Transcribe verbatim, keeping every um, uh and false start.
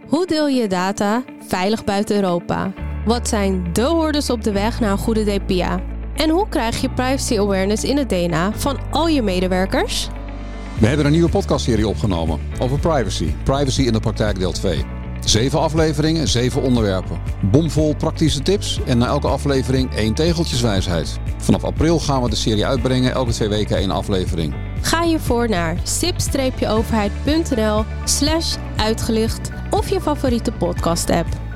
Hoe deel je je data veilig buiten Europa? Wat zijn de hordes op de weg naar een goede D P A? En hoe krijg je privacy awareness in het D N A van al je medewerkers? We hebben een nieuwe podcastserie opgenomen over privacy. Privacy in de praktijk deel twee. Zeven afleveringen, zeven onderwerpen. Bomvol praktische tips en na elke aflevering één tegeltjeswijsheid. Vanaf april gaan we de serie uitbrengen, elke twee weken één aflevering. Ga hiervoor naar sip-overheid.nl slash uitgelicht of je favoriete podcast app.